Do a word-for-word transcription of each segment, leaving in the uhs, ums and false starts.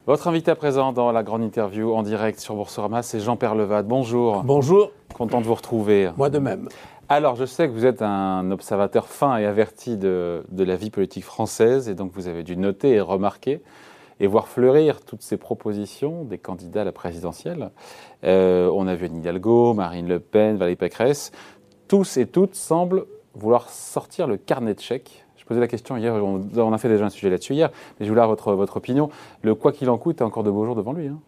Votre invité à présent dans la grande interview en direct sur Boursorama, c'est Jean Peyrelevade. Bonjour. Bonjour. Content de vous retrouver. Moi de même. Alors, je sais que vous êtes un observateur fin et averti de, de la vie politique française, et donc vous avez dû noter et remarquer et voir fleurir toutes ces propositions des candidats à la présidentielle. Euh, on a vu Anne Hidalgo, Marine Le Pen, Valérie Pécresse. Tous et toutes semblent vouloir sortir le carnet de chèques. Je posais la question hier, on, on a fait déjà un sujet là-dessus hier, mais je voulais avoir votre, votre opinion. Le quoi qu'il en coûte a encore de beaux jours devant lui. Hein.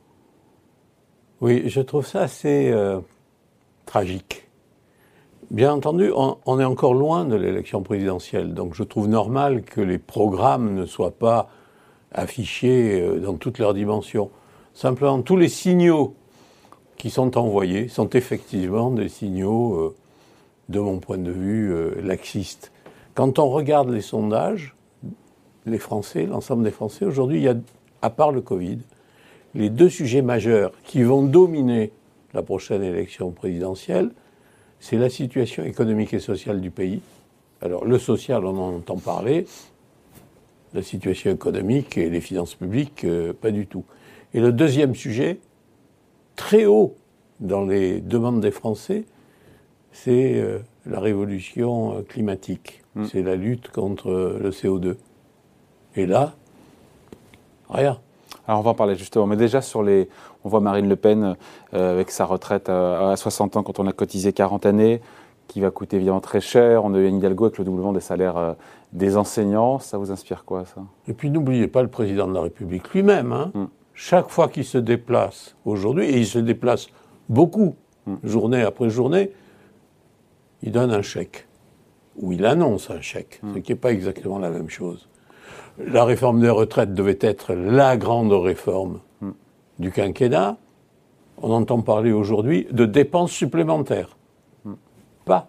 Oui, je trouve ça assez euh, tragique. Bien entendu, on, on est encore loin de l'élection présidentielle, donc je trouve normal que les programmes ne soient pas affichés euh, dans toutes leurs dimensions. Simplement, tous les signaux qui sont envoyés sont effectivement des signaux, euh, de mon point de vue, euh, laxistes. Quand on regarde les sondages, les Français, l'ensemble des Français, aujourd'hui, il y a, à part le Covid, les deux sujets majeurs qui vont dominer la prochaine élection présidentielle, c'est la situation économique et sociale du pays. Alors, le social, on en entend parler. La situation économique et les finances publiques, euh, pas du tout. Et le deuxième sujet, très haut dans les demandes des Français, c'est euh, la révolution euh, climatique. Mmh. C'est la lutte contre euh, le C O deux. Et là, rien. Alors on va en parler justement, mais déjà sur les, on voit Marine Le Pen euh, avec sa retraite à, à soixante ans quand on a cotisé quarante années, qui va coûter évidemment très cher. On a eu Anne Hidalgo avec le doublement des salaires euh, des enseignants. Ça vous inspire quoi, ça? Et puis n'oubliez pas le président de la République lui-même. Hein. Mm. Chaque fois qu'il se déplace aujourd'hui, et il se déplace beaucoup, mm. journée après journée, il donne un chèque. Ou il annonce un chèque, mm. ce qui n'est pas exactement la même chose. La réforme des retraites devait être la grande réforme mm. du quinquennat. On entend parler aujourd'hui de dépenses supplémentaires. Mm. Pas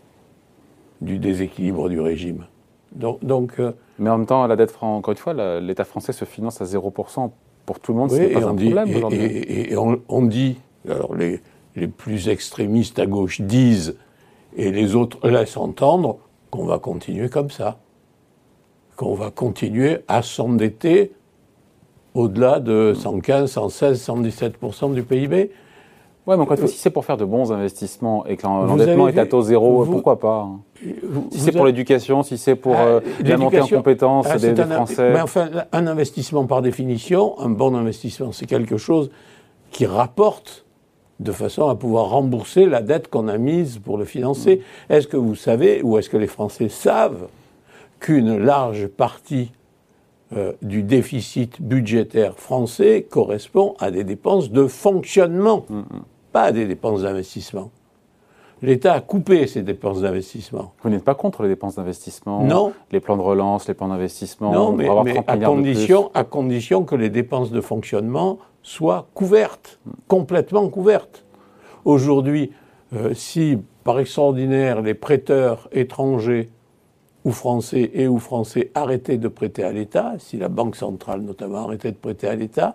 du déséquilibre du régime. Donc, donc, euh, Mais en même temps, la dette, encore une fois, la, l'État français se finance à zéro pour cent pour tout le monde, oui, c'est pas un dit, problème et, aujourd'hui. Et, et, et on, on dit, alors les, les plus extrémistes à gauche disent, et les autres laissent entendre, qu'on va continuer comme ça. Qu'on va continuer à s'endetter au-delà de cent quinze, cent seize, cent dix-sept pour cent du P I B. Oui, mais encore une fois, si c'est pour faire de bons investissements et que l'endettement est à taux zéro, vous, pourquoi pas hein. vous, Si c'est pour avez... l'éducation, si c'est pour euh, la montée en compétences ah, des, des Français. Mais enfin, un investissement par définition, un bon investissement, c'est quelque chose qui rapporte de façon à pouvoir rembourser la dette qu'on a mise pour le financer. Mmh. Est-ce que vous savez, ou est-ce que les Français savent, qu'une large partie euh, du déficit budgétaire français correspond à des dépenses de fonctionnement, mmh. pas à des dépenses d'investissement. L'État a coupé ses dépenses d'investissement. Vous n'êtes pas contre les dépenses d'investissement? Non. Les plans de relance, les plans d'investissement? Non, mais, mais à, condition, à condition que les dépenses de fonctionnement soient couvertes, mmh. complètement couvertes. Aujourd'hui, euh, si, par extraordinaire, les prêteurs étrangers ou français et ou français arrêtaient de prêter à l'État, si la Banque centrale notamment arrêtait de prêter à l'État,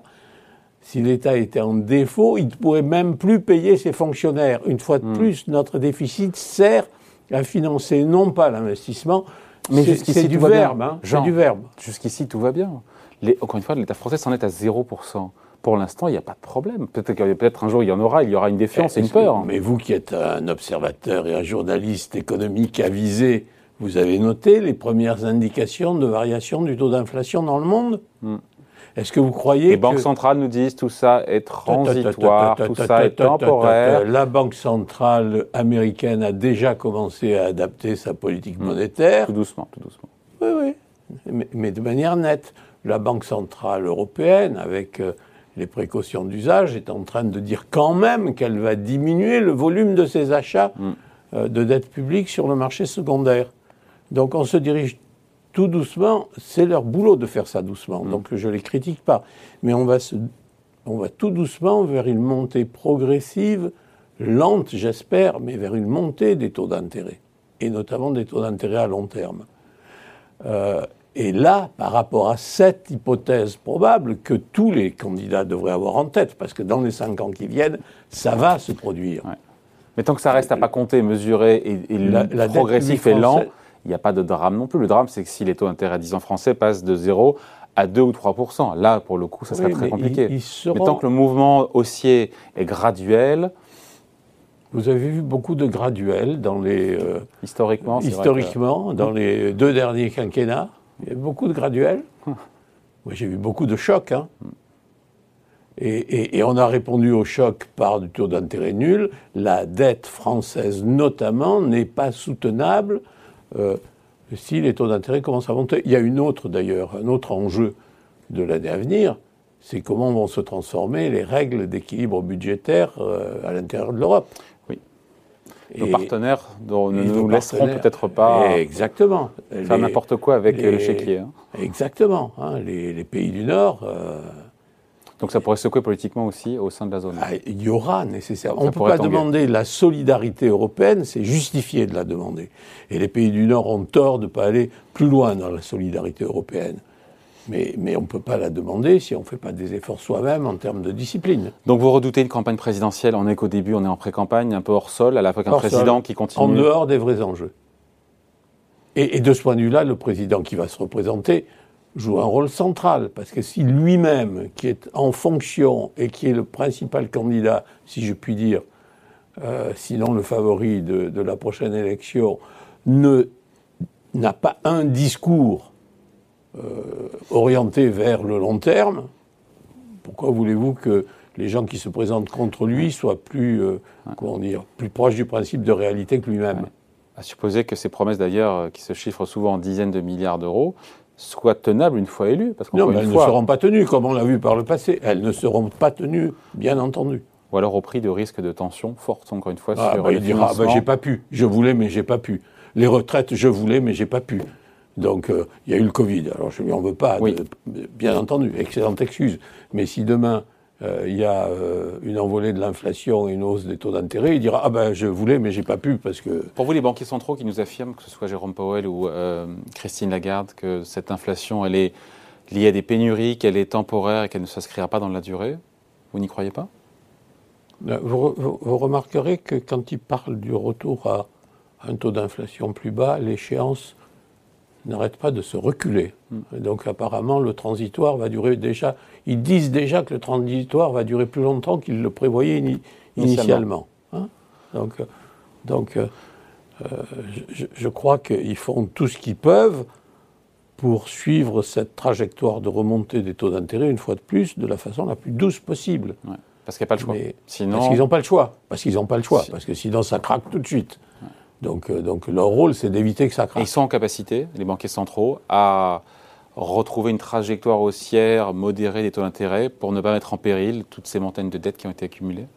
si l'État était en défaut, il ne pourrait même plus payer ses fonctionnaires. Une fois de mmh. plus, notre déficit sert à financer non pas l'investissement, mais c'est, jusqu'ici, c'est, du, verbe, hein, Jean, c'est du verbe. Jusqu'ici, tout va bien. Les, encore une fois, l'État français s'en est à zéro pour cent. Pour l'instant, il n'y a pas de problème. Peut-être, peut-être un jour, il y en aura, il y aura une défiance et une peur. Mais vous qui êtes un observateur et un journaliste économique avisé, vous avez noté les premières indications de variation du taux d'inflation dans le monde? mm. Est-ce que vous croyez Les que... banques centrales nous disent tout ça est transitoire, tout ça est temporaire. La Banque centrale américaine a déjà commencé à adapter sa politique monétaire. Tout doucement, tout doucement. Oui, oui, mais, mais de manière nette. La Banque centrale européenne, avec euh, les précautions d'usage, est en train de dire quand même qu'elle va diminuer le volume de ses achats mm. euh, de dette publique sur le marché secondaire. Donc on se dirige tout doucement, c'est leur boulot de faire ça doucement, mmh. donc je ne les critique pas. Mais on va, se, on va tout doucement vers une montée progressive, lente j'espère, mais vers une montée des taux d'intérêt, et notamment des taux d'intérêt à long terme. Euh, et là, par rapport à cette hypothèse probable que tous les candidats devraient avoir en tête, parce que dans les cinq ans qui viennent, ça va se produire. Ouais. Mais tant que ça reste à pas compter, mesuré et, et la, la progressif et lent, il n'y a pas de drame non plus. Le drame, c'est que si les taux d'intérêt à dix ans français passent de zéro à deux ou trois pour cent. Là, pour le coup, ça serait oui, très mais compliqué. Ils, ils seront... Mais tant que le mouvement haussier est graduel... Vous avez vu beaucoup de graduels dans les... Euh, historiquement, c'est historiquement vrai que... dans les deux derniers quinquennats. Il y a beaucoup de graduels. Moi, j'ai vu beaucoup de chocs. Hein. Et, et, et on a répondu au choc par du taux d'intérêt nul. La dette française, notamment, n'est pas soutenable euh, si les taux d'intérêt commencent à monter. Il y a une autre, d'ailleurs, un autre enjeu de l'année à venir, c'est comment vont se transformer les règles d'équilibre budgétaire euh, à l'intérieur de l'Europe. Oui. Nos et, partenaires dont ne nous laisseront partenaires, peut-être pas exactement. faire n'importe quoi avec les, le chéquier. Hein. Exactement. Hein, les, les pays du Nord... Euh, Donc ça pourrait secouer politiquement aussi au sein de la zone. Ah, il y aura nécessairement. On ne peut pas tanguer. demander la solidarité européenne, c'est justifié de la demander. Et les pays du Nord ont tort de ne pas aller plus loin dans la solidarité européenne. Mais, mais on ne peut pas la demander si on ne fait pas des efforts soi-même en termes de discipline. Donc vous redoutez une campagne présidentielle, on est qu'au début, on est en pré-campagne, un peu hors sol, à la fois qu'un président sol, qui continue... En dehors des vrais enjeux. Et, et de ce point de vue-là, le président qui va se représenter joue un rôle central, parce que si lui-même, qui est en fonction et qui est le principal candidat, si je puis dire, euh, sinon le favori de, de la prochaine élection, ne, n'a pas un discours euh, orienté vers le long terme, pourquoi voulez-vous que les gens qui se présentent contre lui soient plus, euh, comment dire, plus proches du principe de réalité que lui-même? Ouais. À supposer que ces promesses, d'ailleurs, qui se chiffrent souvent en dizaines de milliards d'euros, soient tenables une fois élues. Parce non, mais elles fois... ne seront pas tenues, comme on l'a vu par le passé. Elles ne seront pas tenues, bien entendu. Ou alors au prix de risques de tensions fortes, encore une fois, ah, sur bah, le il dira, bah, j'ai pas pu. Je voulais, mais j'ai pas pu. Les retraites, je voulais, mais j'ai pas pu. Donc, euh, il y a eu le Covid. Alors, je lui en veux pas, oui. de, bien entendu. Excellente excuse. Mais si demain, euh, il y a euh, une envolée de l'inflation et une hausse des taux d'intérêt, il dira, ah ben, je voulais, mais j'ai pas pu, parce que... Pour vous, les banquiers centraux qui nous affirment, que ce soit Jérôme Powell ou euh, Christine Lagarde, que cette inflation, elle est liée à des pénuries, qu'elle est temporaire et qu'elle ne s'inscrira pas dans la durée, vous n'y croyez pas? vous, vous, vous remarquerez que quand ils parlent du retour à un taux d'inflation plus bas, l'échéance n'arrête pas de se reculer. Mm. Donc apparemment, le transitoire va durer déjà... Ils disent déjà que le transitoire va durer plus longtemps qu'ils le prévoyaient ini- initialement. Hein donc, donc euh, je, je crois qu'ils font tout ce qu'ils peuvent pour suivre cette trajectoire de remontée des taux d'intérêt, une fois de plus, de la façon la plus douce possible. Ouais, parce qu'il n'y a pas le choix. Mais, sinon... Parce qu'ils n'ont pas le choix. Parce qu'ils n'ont pas le choix. Si... Parce que sinon, ça craque tout de suite. Ouais. Donc, euh, donc leur rôle, c'est d'éviter que ça craque. Et ils sont en capacité, les banquiers centraux, à retrouver une trajectoire haussière modérée des taux d'intérêt pour ne pas mettre en péril toutes ces montagnes de dettes qui ont été accumulées?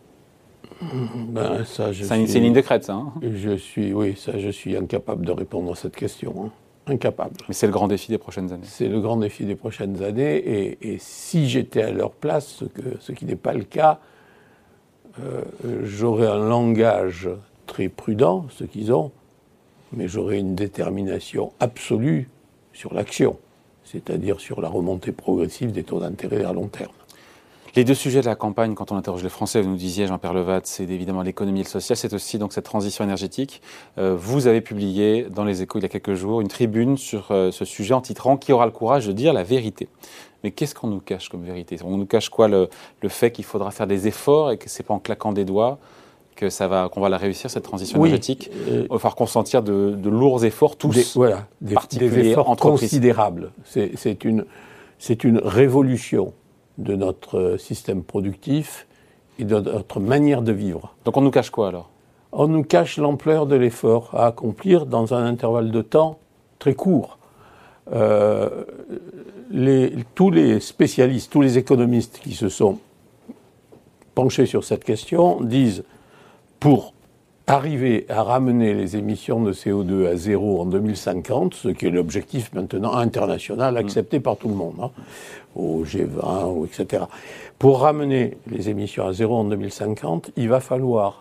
Ben, ça, je c'est suis, une ligne de crête, ça. Hein je suis, oui, ça, je suis incapable de répondre à cette question. Hein. Incapable. Mais c'est le grand défi des prochaines années. C'est le grand défi des prochaines années. Et, et si j'étais à leur place, ce, que, ce qui n'est pas le cas, euh, j'aurais un langage très prudent, ce qu'ils ont, mais j'aurais une détermination absolue sur l'action, c'est-à-dire sur la remontée progressive des taux d'intérêt à long terme. Les deux sujets de la campagne, quand on interroge les Français, vous nous disiez, Jean-Pierre Levat, c'est évidemment l'économie et le social, c'est aussi donc cette transition énergétique. Euh, vous avez publié dans Les Échos il y a quelques jours une tribune sur euh, ce sujet en titrant « Qui aura le courage de dire la vérité ?» Mais qu'est-ce qu'on nous cache comme vérité? On nous cache quoi? le, le fait qu'il faudra faire des efforts et que c'est pas en claquant des doigts que ça va, qu'on va la réussir, cette transition oui, énergétique. Euh, Il va falloir consentir de, de lourds efforts, tous des, voilà, des, particuliers, des efforts entreprises. considérables. C'est, c'est, une, c'est une révolution de notre système productif et de notre manière de vivre. Donc on nous cache quoi alors? On nous cache l'ampleur de l'effort à accomplir dans un intervalle de temps très court. Euh, les, tous les spécialistes, tous les économistes qui se sont penchés sur cette question disent pour arriver à ramener les émissions de C O deux à zéro en deux mille cinquante, ce qui est l'objectif maintenant international accepté mmh. par tout le monde, hein, au G vingt, ou et cetera. Pour ramener les émissions à zéro en deux mille cinquante, il va falloir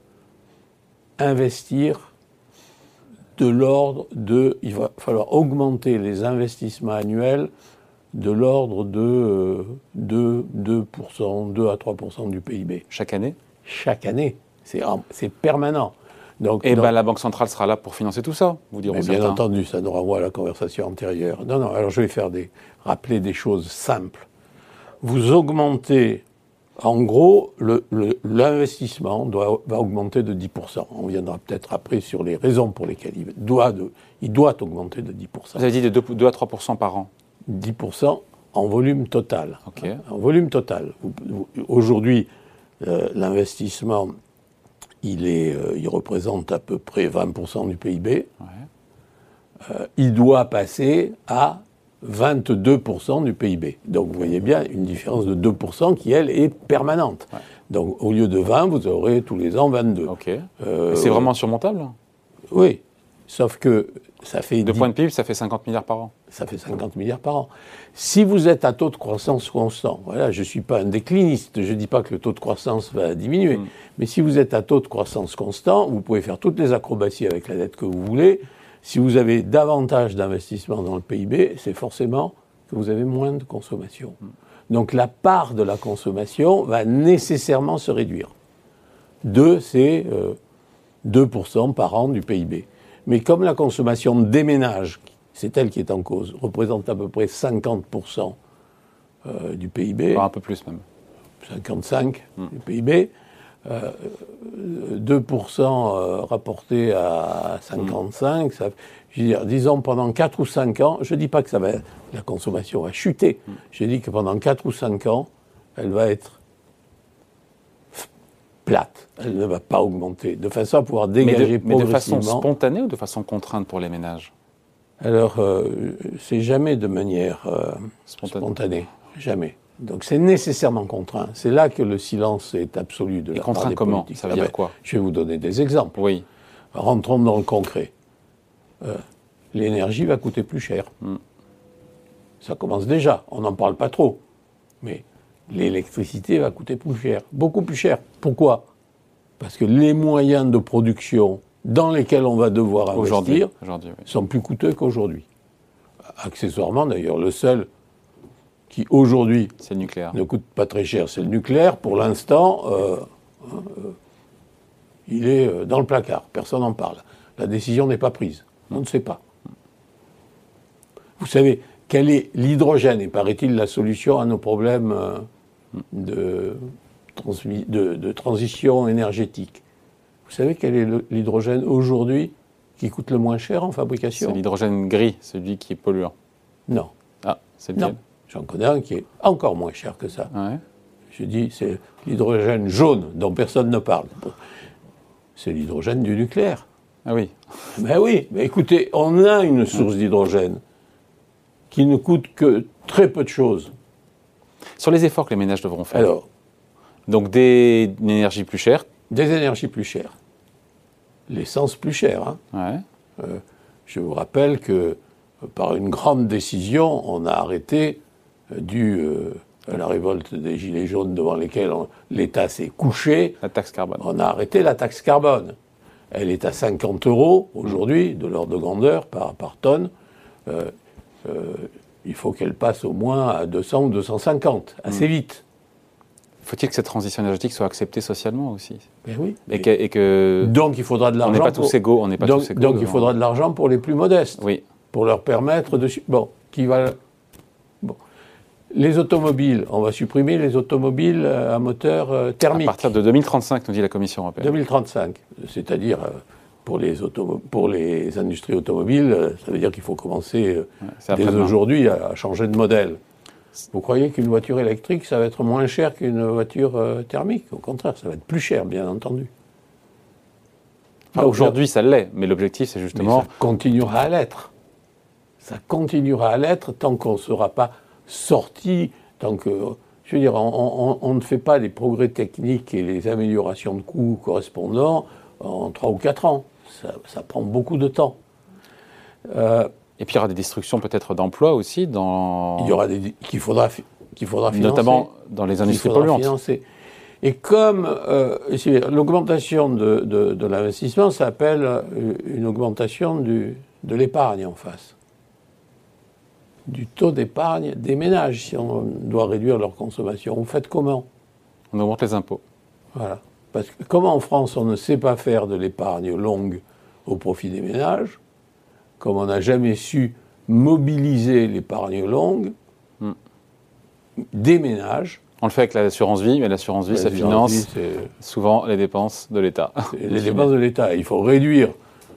investir de l'ordre de... Il va falloir augmenter les investissements annuels de l'ordre de euh, deux, deux pour cent, deux à trois pour cent du P I B. Chaque année? Chaque année. C'est, c'est permanent. Donc, et donc, ben, la Banque centrale sera là pour financer tout ça, vous diront certains. Bien entendu, ça nous renvoie à la conversation antérieure. Non, non, alors je vais faire des, rappeler des choses simples. Vous augmentez, en gros, le, le, l'investissement doit, va augmenter de dix pour cent. On viendra peut-être après sur les raisons pour lesquelles il doit, de, il doit augmenter de dix pour cent. Vous avez dit de deux à trois pour cent par an. dix pour cent en volume total. Okay. En volume total. Vous, vous, aujourd'hui, euh, l'investissement, il, est, euh, il représente à peu près vingt pour cent du P I B. Ouais. Euh, il doit passer à vingt-deux pour cent du P I B. Donc vous voyez bien une différence de deux pour cent qui, elle, est permanente. Ouais. Donc au lieu de vingt, vous aurez tous les ans vingt-deux. Ok. Euh, c'est vraiment surmontable ? Oui. Sauf que ça fait... De points de P I B, ça fait cinquante milliards par an. Ça fait cinquante milliards par an. Si vous êtes à taux de croissance constant, voilà, je ne suis pas un décliniste, je ne dis pas que le taux de croissance va diminuer, mm. mais si vous êtes à taux de croissance constant, vous pouvez faire toutes les acrobaties avec la dette que vous voulez. Si vous avez davantage d'investissement dans le P I B, c'est forcément que vous avez moins de consommation. Mm. Donc la part de la consommation va nécessairement se réduire. Deux, c'est euh, deux pour cent par an du P I B. Mais comme la consommation des ménages, c'est elle qui est en cause, représente à peu près cinquante pour cent euh, du P I B. Enfin, un peu plus même. cinquante-cinq pour cent mm. du P I B. Euh, deux pour cent euh, rapporté à cinquante-cinq, mm. ça, je veux dire, disons pendant quatre ou cinq ans, je ne dis pas que ça va, la consommation va chuter, mm. je dis que pendant quatre ou cinq ans, elle va être plate, elle ne va pas augmenter, de façon à pouvoir dégager mais de, progressivement. Mais de façon spontanée ou de façon contrainte pour les ménages ? Alors, euh, c'est jamais de manière euh, spontanée. spontanée, jamais. Donc c'est nécessairement contraint. C'est là que le silence est absolu de Et la part des politiques. Et contraint comment ? Ça veut dire ah ben, quoi ? Je vais vous donner des exemples. Oui. Rentrons dans le concret. Euh, l'énergie va coûter plus cher. Mm. Ça commence déjà. On n'en parle pas trop. Mais l'électricité va coûter plus cher. Beaucoup plus cher. Pourquoi ? Parce que les moyens de production dans lesquels on va devoir investir aujourd'hui, aujourd'hui, oui. sont plus coûteux qu'aujourd'hui. Accessoirement, d'ailleurs, le seul qui, aujourd'hui, c'est le nucléaire. Ne coûte pas très cher, c'est le nucléaire. Pour l'instant, euh, euh, il est dans le placard. Personne n'en parle. La décision n'est pas prise. On ne sait pas. Vous savez, quel est l'hydrogène ? Et paraît-il la solution à nos problèmes euh, de, transmi- de, de transition énergétique. Vous savez quel est le, l'hydrogène aujourd'hui qui coûte le moins cher en fabrication ? C'est l'hydrogène gris, celui qui est polluant. Non. Ah, c'est lequel ? Non. J'en connais un qui est encore moins cher que ça. Ouais. Je dis, c'est l'hydrogène jaune dont personne ne parle. C'est l'hydrogène du nucléaire. Ah oui. Ben oui, mais écoutez, on a une source d'hydrogène qui ne coûte que très peu de choses. Sur les efforts que les ménages devront faire. Alors, donc des, une énergie plus chère. Des énergies plus chères. L'essence plus chère. Hein. Ouais. Euh, je vous rappelle que par une grande décision, on a arrêté, euh, dû euh, à la révolte des Gilets jaunes devant lesquels on, l'État s'est couché, la taxe carbone. On a arrêté la taxe carbone. Elle est à cinquante euros aujourd'hui, de l'ordre de grandeur par, par tonne. Euh, euh, il faut qu'elle passe au moins à deux cents ou deux cent cinquante, assez mmh. vite. Faut-il que cette transition énergétique soit acceptée socialement aussi ? Ben oui. Et que, et que donc il faudra de l'argent. On n'est pas pour, tous égaux. On n'est pas donc, tous égaux. Donc il faudra de l'argent pour les plus modestes. Oui. Pour leur permettre de... Bon, qui va... Bon. Les automobiles, on va supprimer les automobiles à moteur euh, thermique. À partir de deux mille trente-cinq, nous dit la Commission européenne. deux mille trente-cinq, c'est-à-dire euh, pour, les automo- pour les industries automobiles, euh, ça veut dire qu'il faut commencer euh, ouais, dès aujourd'hui à, à changer de modèle. Vous croyez qu'une voiture électrique, ça va être moins cher qu'une voiture euh, thermique ? Au contraire, ça va être plus cher, bien entendu. Enfin, aujourd'hui, ça l'est, mais l'objectif, c'est justement... Mais ça continuera à l'être. Ça continuera à l'être tant qu'on ne sera pas sorti, tant que... Je veux dire, on, on, on ne fait pas les progrès techniques et les améliorations de coûts correspondants en trois ou quatre ans. Ça, ça prend beaucoup de temps. Euh, et puis il y aura des destructions peut-être d'emplois aussi dans... Il y aura des... qu'il faudra, qu'il faudra financer. Notamment dans les industries polluantes. Financer. Et comme euh, l'augmentation de, de, de l'investissement s'appelle une augmentation du, de l'épargne en face. Du taux d'épargne des ménages, si on doit réduire leur consommation. Vous faites comment ? On augmente les impôts. Voilà. Parce que comme en France, on ne sait pas faire de l'épargne longue au profit des ménages, comme on n'a jamais su mobiliser l'épargne longue mm. des ménages. On le fait avec l'assurance vie, mais l'assurance vie, ça finance vie, souvent les dépenses de l'État. Les dépenses de l'État. Il faut réduire.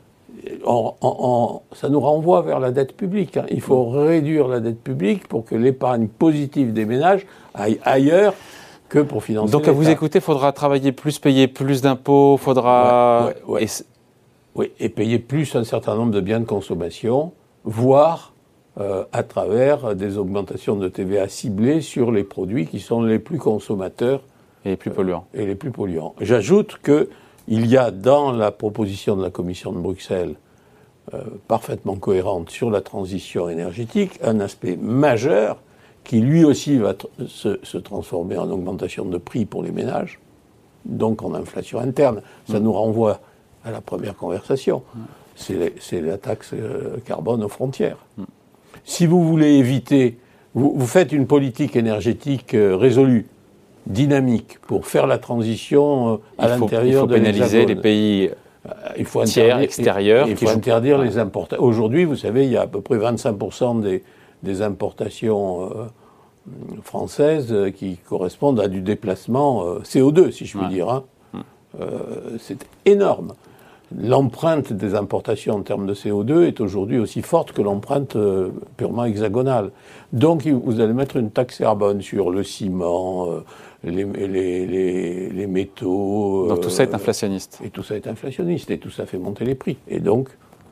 On, on, on, ça nous renvoie vers la dette publique. Hein. Il faut mmh. réduire la dette publique pour que l'épargne positive des ménages aille ailleurs que pour financer Donc, à vous écouter, il faudra travailler plus, payer plus d'impôts, il faudra... Ouais, ouais, ouais. Et oui, et payer plus un certain nombre de biens de consommation, voire euh, à travers des augmentations de T V A ciblées sur les produits qui sont les plus consommateurs et les plus polluants. Euh, et les plus polluants. J'ajoute que il y a dans la proposition de la Commission de Bruxelles, euh, parfaitement cohérente sur la transition énergétique, un aspect majeur qui lui aussi va tr- se, se transformer en augmentation de prix pour les ménages, donc en inflation interne. Ça mmh. nous renvoie à la première conversation. Mmh. C'est, c'est la taxe euh, carbone aux frontières. Mmh. Si vous voulez éviter, vous, vous faites une politique énergétique euh, résolue, dynamique pour faire la transition à il faut, l'intérieur de l'hexagone. Il faut pénaliser les pays il faut tiers, extérieurs. Il faut interdire jouent... les importations. Aujourd'hui, vous savez, il y a à peu près vingt-cinq pour cent des, des importations euh, françaises qui correspondent à du déplacement euh, C O deux, si je puis ouais. dire. Hein. Hum. Euh, c'est énorme. L'empreinte des importations en termes de C O deux est aujourd'hui aussi forte que l'empreinte euh, purement hexagonale. Donc, vous allez mettre une taxe carbone sur le ciment, euh, les, les, les, les métaux... Donc, tout ça est inflationniste. Et tout ça est inflationniste, et tout ça fait monter les prix. Et donc,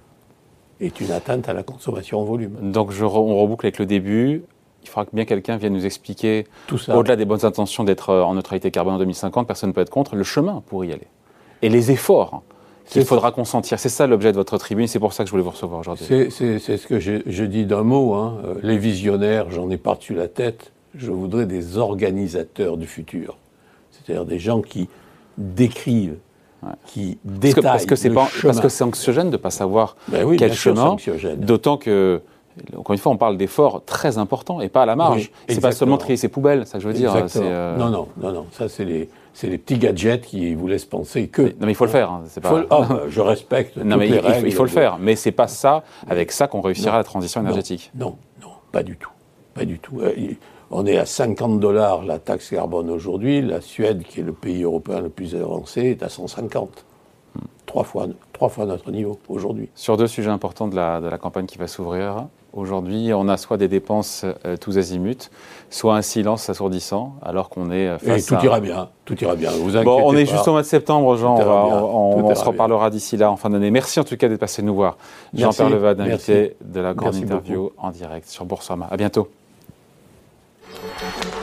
est une atteinte à la consommation en volume. Donc, je re, on reboucle avec le début. Il faudra que bien quelqu'un vienne nous expliquer, tout ça. Au-delà des bonnes intentions d'être en neutralité carbone en deux mille cinquante, personne ne peut être contre, le chemin pour y aller. Et les efforts qu'il faudra consentir. C'est ça l'objet de votre tribune, c'est pour ça que je voulais vous recevoir aujourd'hui. C'est, c'est, c'est ce que je, je dis d'un mot. Hein. Les visionnaires, j'en ai par-dessus la tête. Je voudrais des organisateurs du futur. C'est-à-dire des gens qui décrivent, ouais. qui détaillent parce que, parce que le pas, chemin. Parce que c'est anxiogène de ne pas savoir ben oui, quel chemin. Sûr, d'autant que, encore une fois, on parle d'efforts très importants et pas à la marge. Oui, c'est pas seulement trier ses poubelles, ça que je veux dire. C'est, euh... Non, non, non, non. Ça, c'est les... C'est les petits gadgets qui vous laissent penser que... Non, mais il faut le faire. Hein, c'est pas... faut... oh, bah, je respecte non, toutes mais les il, règles. Il faut le faire, mais c'est pas ça, avec ça qu'on réussira non, la transition énergétique. Non, non, non, pas du tout. Pas du tout. On est à cinquante dollars la taxe carbone aujourd'hui. La Suède, qui est le pays européen le plus avancé, est à cent cinquante. Hmm. Trois fois, trois fois notre niveau aujourd'hui. Sur deux sujets importants de la, de la campagne qui va s'ouvrir, aujourd'hui, on a soit des dépenses euh, tous azimuts, soit un silence assourdissant, alors qu'on est face Et tout à... ira bien, tout ira bien, vous inquiétez Bon, on est pas. juste au mois de septembre, Jean, on, va, on, on se reparlera bien. d'ici là en fin d'année. Merci en tout cas d'être passé nous voir. Jean-Pierre Levade, invité de la grande Merci interview beaucoup. En direct sur Boursorama. À bientôt.